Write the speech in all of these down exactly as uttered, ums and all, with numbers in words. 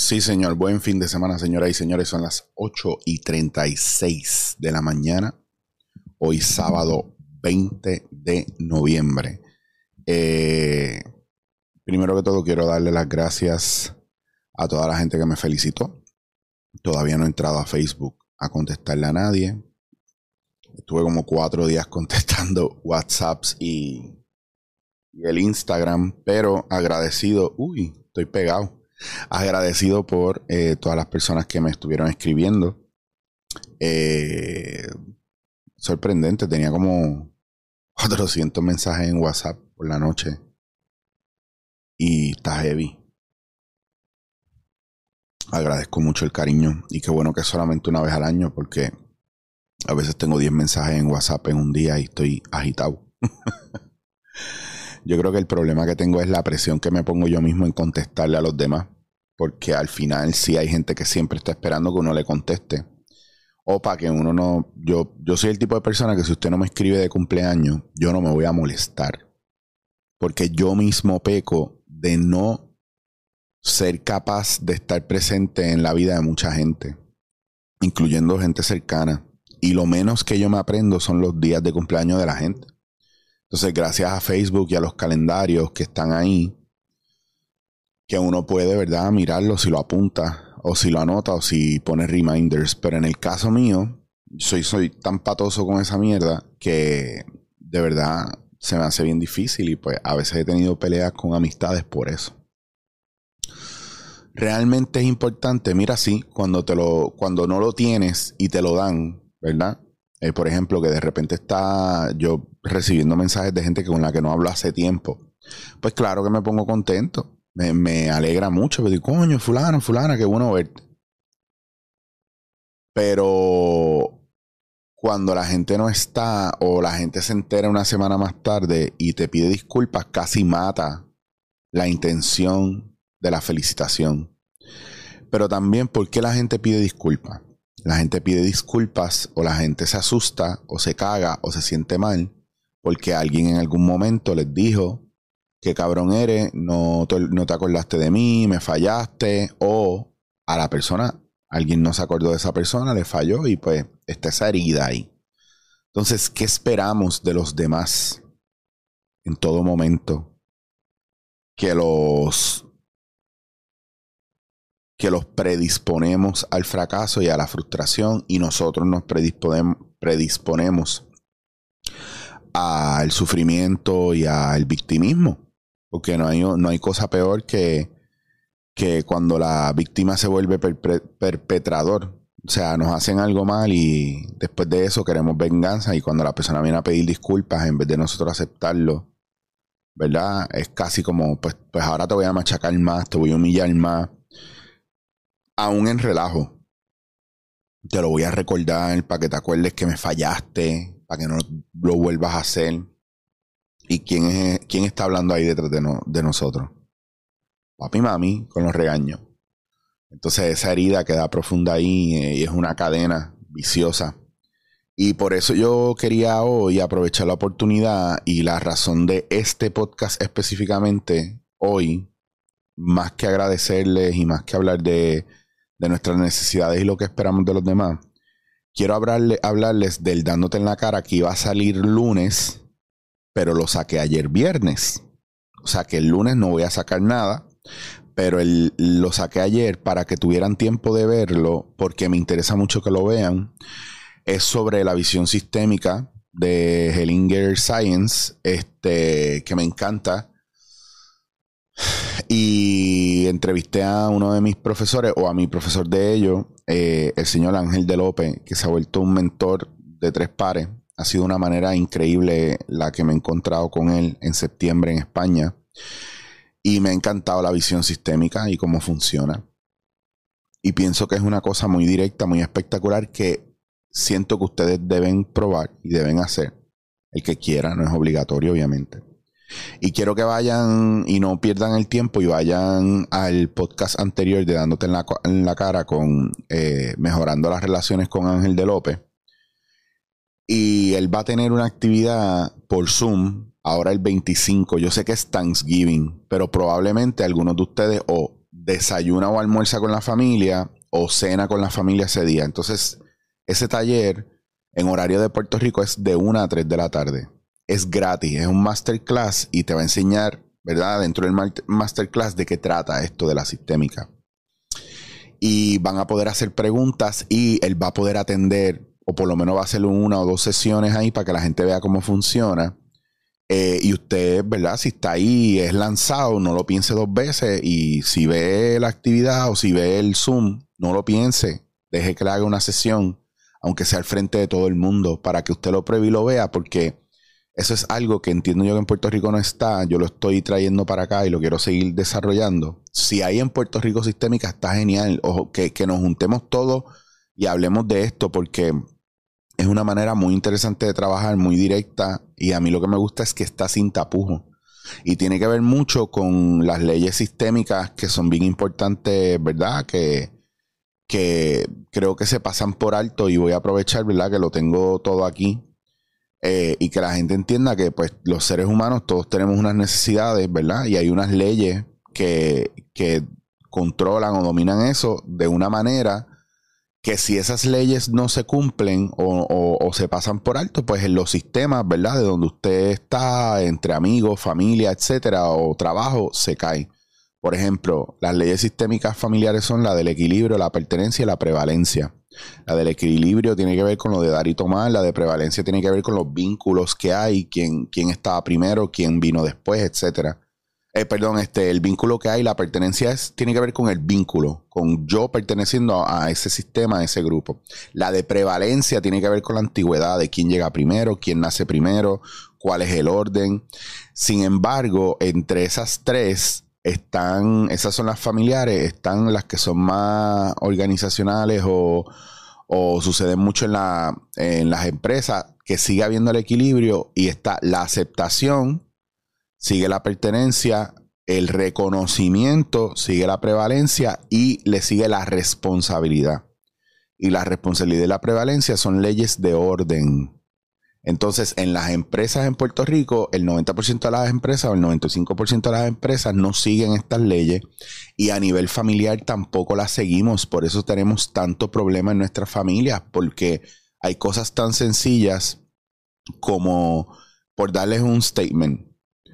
Sí, señor. Buen fin de semana, señoras y señores. Son las ocho y treinta y seis de la mañana. Hoy sábado veinte de noviembre. Eh, primero que todo, quiero darle las gracias a toda la gente que me felicitó. Todavía no he entrado a Facebook a contestarle a nadie. Estuve como cuatro días contestando WhatsApps y, y el Instagram, pero agradecido. Uy, estoy pegado. Agradecido por eh, todas las personas que me estuvieron escribiendo. Eh, sorprendente, tenía como cuatrocientos mensajes en WhatsApp por la noche. Y está heavy. Agradezco mucho el cariño. Y qué bueno que es solamente una vez al año, porque a veces tengo diez mensajes en WhatsApp en un día y estoy agitado. Yo creo que el problema que tengo es la presión que me pongo yo mismo en contestarle a los demás. Porque al final sí hay gente que siempre está esperando que uno le conteste. O para que uno no... Yo, yo soy el tipo de persona que si usted no me escribe de cumpleaños, yo no me voy a molestar. Porque yo mismo peco de no ser capaz de estar presente en la vida de mucha gente. Incluyendo gente cercana. Y lo menos que yo me aprendo son los días de cumpleaños de la gente. Entonces, gracias a Facebook y a los calendarios que están ahí, que uno puede, ¿verdad?, mirarlo si lo apunta, o si lo anota, o si pone reminders. Pero en el caso mío, soy, soy tan patoso con esa mierda que de verdad se me hace bien difícil. Y pues a veces he tenido peleas con amistades por eso. Realmente es importante, mira, sí, cuando, te lo, cuando no lo tienes y te lo dan, ¿verdad? Eh, por ejemplo, que de repente está yo recibiendo mensajes de gente con la que no hablo hace tiempo. Pues claro que me pongo contento. Me, me alegra mucho. Me digo, coño, fulano, fulana, qué bueno verte. Pero cuando la gente no está o la gente se entera una semana más tarde y te pide disculpas, casi mata la intención de la felicitación. Pero también, ¿por qué la gente pide disculpas? La gente pide disculpas o la gente se asusta o se caga o se siente mal porque alguien en algún momento les dijo qué cabrón eres, no te, no te acordaste de mí, me fallaste, o a la persona, alguien no se acordó de esa persona, le falló y pues está esa herida ahí. Entonces, ¿qué esperamos de los demás en todo momento? Que los que los predisponemos al fracaso y a la frustración, y nosotros nos predisponemos, predisponemos al sufrimiento y al victimismo, porque no hay, no hay cosa peor que, que cuando la víctima se vuelve perpe perpetrador. O sea, nos hacen algo mal y después de eso queremos venganza, y cuando la persona viene a pedir disculpas, en vez de nosotros aceptarlo, ¿verdad? Es casi como, pues, pues ahora te voy a machacar más, te voy a humillar más. Aún en relajo, te lo voy a recordar para que te acuerdes que me fallaste, para que no lo vuelvas a hacer. ¿Y quién, es, quién está hablando ahí detrás de, no, de nosotros? Papi y mami, con los regaños. Entonces esa herida queda profunda ahí eh, y es una cadena viciosa. Y por eso yo quería hoy aprovechar la oportunidad y la razón de este podcast específicamente hoy, más que agradecerles y más que hablar de... de nuestras necesidades y lo que esperamos de los demás, quiero hablarle, hablarles del Dándote en la Cara, que iba a salir lunes, pero lo saqué ayer viernes. O sea que el lunes no voy a sacar nada, pero el, lo saqué ayer para que tuvieran tiempo de verlo, porque me interesa mucho que lo vean. Es sobre la visión sistémica de Hellinger Science, este, que me encanta. Y entrevisté a uno de mis profesores, o a mi profesor de ellos, eh, el señor Ángel de López, que se ha vuelto un mentor de tres pares. Ha sido una manera increíble la que me he encontrado con él en septiembre en España. Y me ha encantado la visión sistémica y cómo funciona. Y pienso que es una cosa muy directa, muy espectacular, que siento que ustedes deben probar y deben hacer. El que quiera, no es obligatorio, obviamente. Y quiero que vayan y no pierdan el tiempo y vayan al podcast anterior de Dándote en la, en la Cara con eh, Mejorando las Relaciones con Ángel de López. Y él va a tener una actividad por Zoom ahora el veinticinco. Yo sé que es Thanksgiving, pero probablemente algunos de ustedes, o desayuna o almuerza con la familia o cena con la familia ese día. Entonces, ese taller en horario de Puerto Rico es de una a tres de la tarde. Es gratis, es un masterclass y te va a enseñar, ¿verdad? Dentro del masterclass de qué trata esto de la sistémica. Y van a poder hacer preguntas y él va a poder atender, o por lo menos va a hacer una o dos sesiones ahí para que la gente vea cómo funciona. Eh, y usted, ¿verdad? Si está ahí, es lanzado, no lo piense dos veces. Y si ve la actividad o si ve el Zoom, no lo piense. Deje que le haga una sesión, aunque sea al frente de todo el mundo, para que usted lo pruebe y lo vea, porque eso es algo que entiendo yo que en Puerto Rico no está. Yo lo estoy trayendo para acá y lo quiero seguir desarrollando. Si hay en Puerto Rico sistémica, está genial. Ojo, que, que nos juntemos todos y hablemos de esto, porque es una manera muy interesante de trabajar, muy directa. Y a mí lo que me gusta es que está sin tapujos. Y tiene que ver mucho con las leyes sistémicas que son bien importantes, ¿verdad? Que, que creo que se pasan por alto, y voy a aprovechar, ¿verdad? Que lo tengo todo aquí. Eh, y que la gente entienda que pues los seres humanos todos tenemos unas necesidades, ¿verdad? Y hay unas leyes que, que controlan o dominan eso de una manera que si esas leyes no se cumplen o, o, o se pasan por alto, pues en los sistemas, ¿verdad? De donde usted está, entre amigos, familia, etcétera, o trabajo, se cae. Por ejemplo, las leyes sistémicas familiares son la del equilibrio, la pertenencia y la prevalencia. La del equilibrio tiene que ver con lo de dar y tomar. La de prevalencia tiene que ver con los vínculos que hay, quién, quién estaba primero, quién vino después, etcétera. Eh, perdón, este, el vínculo que hay, la pertenencia es, tiene que ver con el vínculo, con yo perteneciendo a, a ese sistema, a ese grupo. La de prevalencia tiene que ver con la antigüedad, de quién llega primero, quién nace primero, cuál es el orden. Sin embargo, entre esas tres están, esas son las familiares, están las que son más organizacionales o, o suceden mucho en, la, en las empresas, que sigue habiendo el equilibrio, y está la aceptación, sigue la pertenencia, el reconocimiento, sigue la prevalencia y le sigue la responsabilidad. Y la responsabilidad y la prevalencia son leyes de orden. Entonces, en las empresas en Puerto Rico, el noventa por ciento de las empresas o el noventa y cinco por ciento de las empresas no siguen estas leyes, y a nivel familiar tampoco las seguimos. Por eso tenemos tanto problema en nuestras familias, porque hay cosas tan sencillas como, por darles un statement,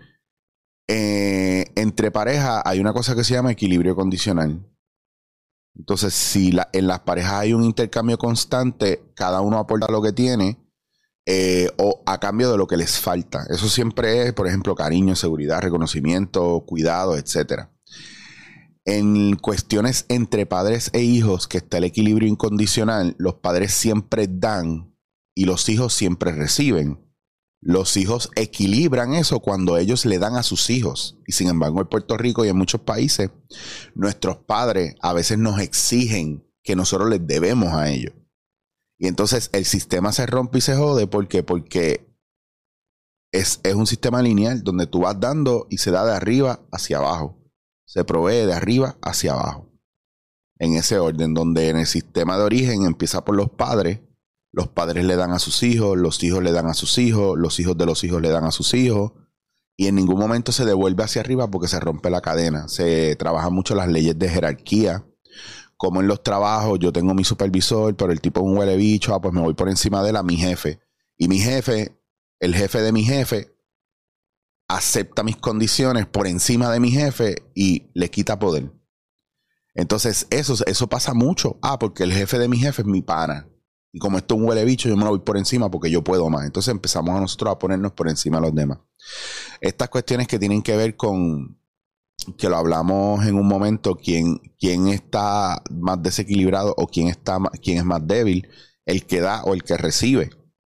eh, entre parejas hay una cosa que se llama equilibrio condicional. Entonces, si la, en las parejas hay un intercambio constante, cada uno aporta lo que tiene, Eh, o a cambio de lo que les falta. Eso siempre es, por ejemplo, cariño, seguridad, reconocimiento, cuidado, etcétera. En cuestiones entre padres e hijos, que está el equilibrio incondicional, los padres siempre dan y los hijos siempre reciben. Los hijos equilibran eso cuando ellos le dan a sus hijos. Y sin embargo, en Puerto Rico y en muchos países, nuestros padres a veces nos exigen que nosotros les debemos a ellos. Y entonces el sistema se rompe y se jode. ¿Por qué? Porque es, es un sistema lineal donde tú vas dando y se da de arriba hacia abajo. Se provee de arriba hacia abajo. En ese orden, donde en el sistema de origen empieza por los padres. Los padres le dan a sus hijos, los hijos le dan a sus hijos, los hijos de los hijos le dan a sus hijos. Y en ningún momento se devuelve hacia arriba porque se rompe la cadena. Se trabajan mucho las leyes de jerarquía. Como en los trabajos, yo tengo mi supervisor, pero el tipo es un huele bicho, ah, pues me voy por encima de él a mi jefe. Y mi jefe, el jefe de mi jefe, acepta mis condiciones por encima de mi jefe y le quita poder. Entonces, eso, eso pasa mucho. Ah, porque el jefe de mi jefe es mi pana. Y como esto es un huele bicho, yo me lo voy por encima porque yo puedo más. Entonces empezamos a nosotros a ponernos por encima de los demás. Estas cuestiones que tienen que ver con, que lo hablamos en un momento, quién, quién está más desequilibrado o quién, está, quién es más débil, el que da o el que recibe.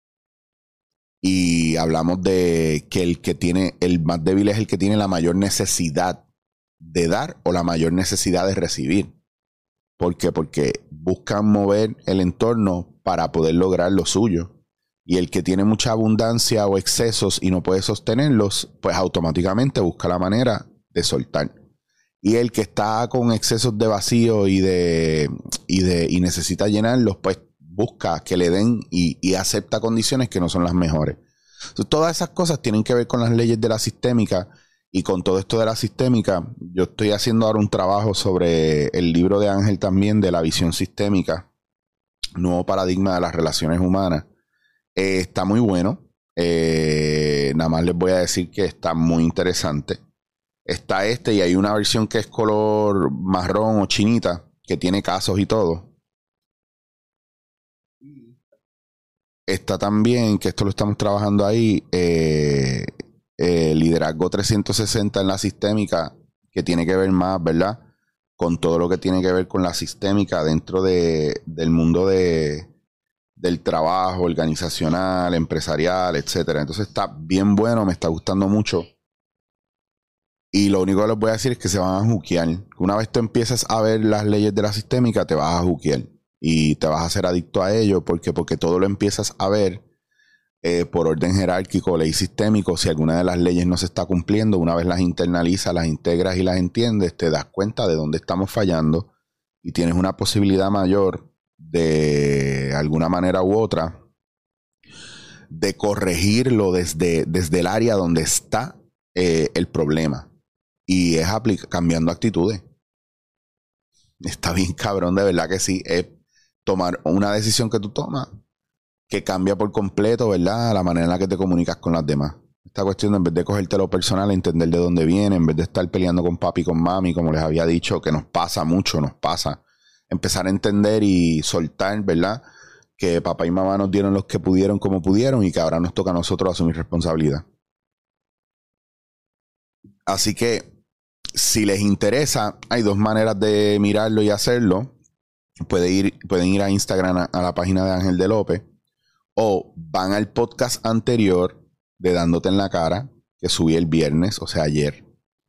Y hablamos de que el que tiene, el más débil es el que tiene la mayor necesidad de dar o la mayor necesidad de recibir. ¿Por qué? Porque buscan mover el entorno para poder lograr lo suyo. Y el que tiene mucha abundancia o excesos y no puede sostenerlos, pues automáticamente busca la manera de soltar. Y el que está con excesos de vacío y de y de y necesita llenarlos, pues busca que le den y, y acepta condiciones que no son las mejores. Entonces, todas esas cosas tienen que ver con las leyes de la sistémica, Y con todo esto de la sistémica, yo estoy haciendo ahora un trabajo sobre el libro de Ángel también, de la visión sistémica, nuevo paradigma de las relaciones humanas. Eh, está muy bueno. Eh, nada más les voy a decir que está muy interesante. Está este y hay una versión que es color marrón o chinita, que tiene casos y todo. Está también, que esto lo estamos trabajando ahí, eh, eh, liderazgo trescientos sesenta en la sistémica, que tiene que ver más, ¿verdad? Con todo lo que tiene que ver con la sistémica dentro de, del mundo de, del trabajo organizacional, empresarial, etcétera. Entonces está bien bueno, me está gustando mucho. Y lo único que les voy a decir es que se van a juquear. Una vez tú empiezas a ver las leyes de la sistémica, te vas a juquear. Y te vas a hacer adicto a ello porque, porque todo lo empiezas a ver eh, por orden jerárquico, ley sistémico. Si alguna de las leyes no se está cumpliendo, una vez las internalizas, las integras y las entiendes, te das cuenta de dónde estamos fallando y tienes una posibilidad mayor de alguna manera u otra de corregirlo desde, desde el área donde está eh, el problema. Y es cambiando actitudes. Está bien cabrón, de verdad que sí. Es tomar una decisión que tú tomas que cambia por completo, ¿verdad? La manera en la que te comunicas con las demás. Esta cuestión de, en vez de cogerte lo personal, entender de dónde viene, en vez de estar peleando con papi y con mami, como les había dicho, que nos pasa mucho, nos pasa. Empezar a entender y soltar, ¿verdad? Que papá y mamá nos dieron los que pudieron como pudieron y que ahora nos toca a nosotros asumir responsabilidad. Así que, si les interesa, hay dos maneras de mirarlo y hacerlo. Pueden ir, pueden ir a Instagram a, a la página de Ángel de López o van al podcast anterior de Dándote en la Cara que subí el viernes, o sea ayer.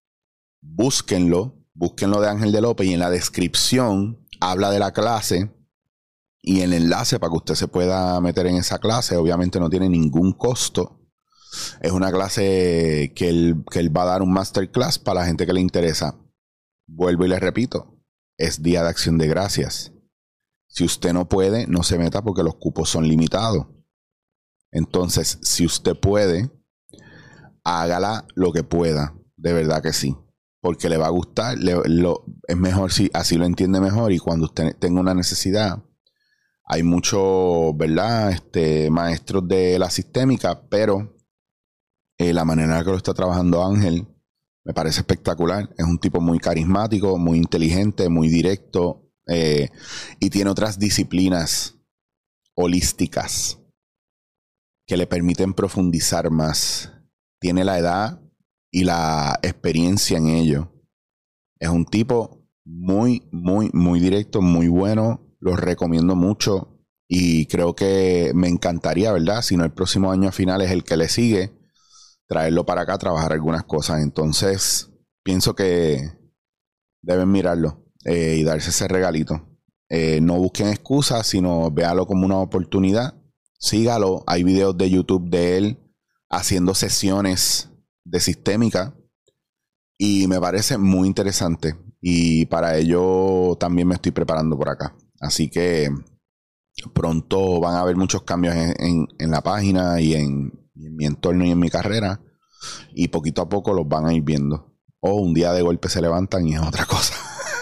Búsquenlo, búsquenlo de Ángel de López y en la descripción habla de la clase y el enlace para que usted se pueda meter en esa clase. Obviamente no tiene ningún costo. Es una clase que él, que él va a dar un masterclass para la gente que le interesa. Vuelvo y les repito, es Día de Acción de Gracias. Si usted no puede, no se meta porque los cupos son limitados. Entonces, si usted puede, hágala lo que pueda. De verdad que sí. Porque le va a gustar. Le, lo, es mejor si así lo entiende mejor. Y cuando usted tenga una necesidad, hay muchos, ¿verdad? Este, maestros de la sistémica, pero eh, la manera en la que lo está trabajando Ángel me parece espectacular. Es un tipo muy carismático, muy inteligente, muy directo. Eh, y tiene otras disciplinas holísticas que le permiten profundizar más. Tiene la edad y la experiencia en ello. Es un tipo muy, muy, muy directo, muy bueno. Lo recomiendo mucho y creo que me encantaría, ¿verdad? Si no, el próximo año a finales, el que le sigue, traerlo para acá a trabajar algunas cosas. Entonces, pienso que deben mirarlo. Eh, y darse ese regalito. Eh, no busquen excusas, sino véalo como una oportunidad. Sígalo. Hay videos de YouTube de él haciendo sesiones de sistémica y me parece muy interesante. Y para ello también me estoy preparando por acá. Así que pronto van a haber muchos cambios en, en, en la página y en, y en mi entorno y en mi carrera. Y poquito a poco los van a ir viendo. O un día de golpe se levantan y es otra cosa.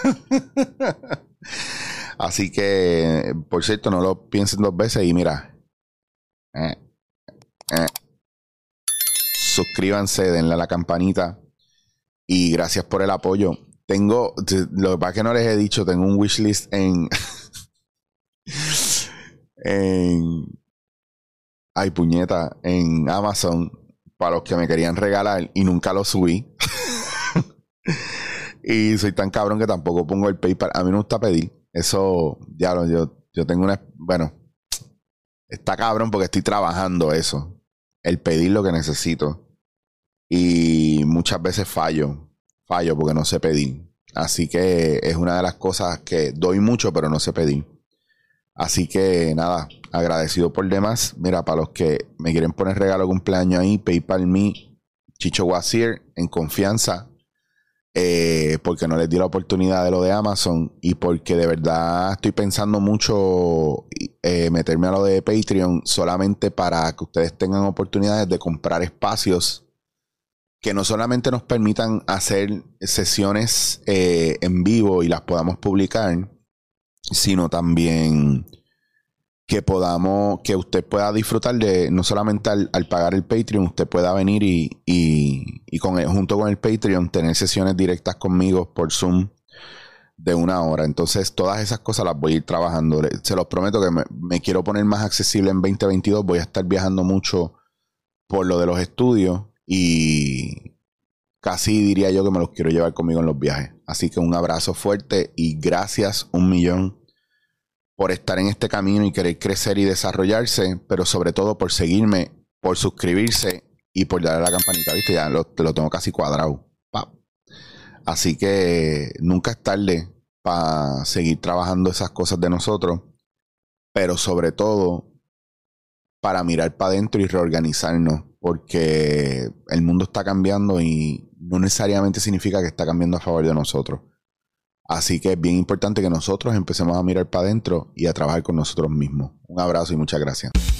Así que, por cierto, no lo piensen dos veces y mira, eh, eh, suscríbanse, denle a la campanita y gracias por el apoyo. Tengo, lo que pasa es que no les he dicho, tengo un wishlist en en ay puñeta, en Amazon para los que me querían regalar y nunca lo subí. Y soy tan cabrón que tampoco pongo el PayPal. A mí me gusta pedir. Eso, ya lo, yo, yo tengo una... Bueno, está cabrón porque estoy trabajando eso. El pedir lo que necesito. Y muchas veces fallo. Fallo porque no sé pedir. Así que es una de las cosas que doy mucho, pero no sé pedir. Así que nada, agradecido por demás. Mira, para los que me quieren poner regalo de cumpleaños ahí, PayPal me, Chicho Wazir, en confianza. Eh, porque no les di la oportunidad de lo de Amazon y porque de verdad estoy pensando mucho eh, meterme a lo de Patreon solamente para que ustedes tengan oportunidades de comprar espacios que no solamente nos permitan hacer sesiones eh, en vivo y las podamos publicar, sino también que podamos, que usted pueda disfrutar de, no solamente al, al pagar el Patreon, usted pueda venir y, y, y con el, junto con el Patreon tener sesiones directas conmigo por Zoom de una hora. Entonces todas esas cosas las voy a ir trabajando. Se los prometo que me, me quiero poner más accesible en veinte veintidós. Voy a estar viajando mucho por lo de los estudios y casi diría yo que me los quiero llevar conmigo en los viajes. Así que un abrazo fuerte y gracias un millón por estar en este camino y querer crecer y desarrollarse, pero sobre todo por seguirme, por suscribirse y por darle a la campanita. ¿Viste? Ya lo, lo tengo casi cuadrado. Pa. Así que nunca es tarde para seguir trabajando esas cosas de nosotros, pero sobre todo para mirar para adentro y reorganizarnos, porque el mundo está cambiando y no necesariamente significa que está cambiando a favor de nosotros. Así que es bien importante que nosotros empecemos a mirar para adentro y a trabajar con nosotros mismos. Un abrazo y muchas gracias.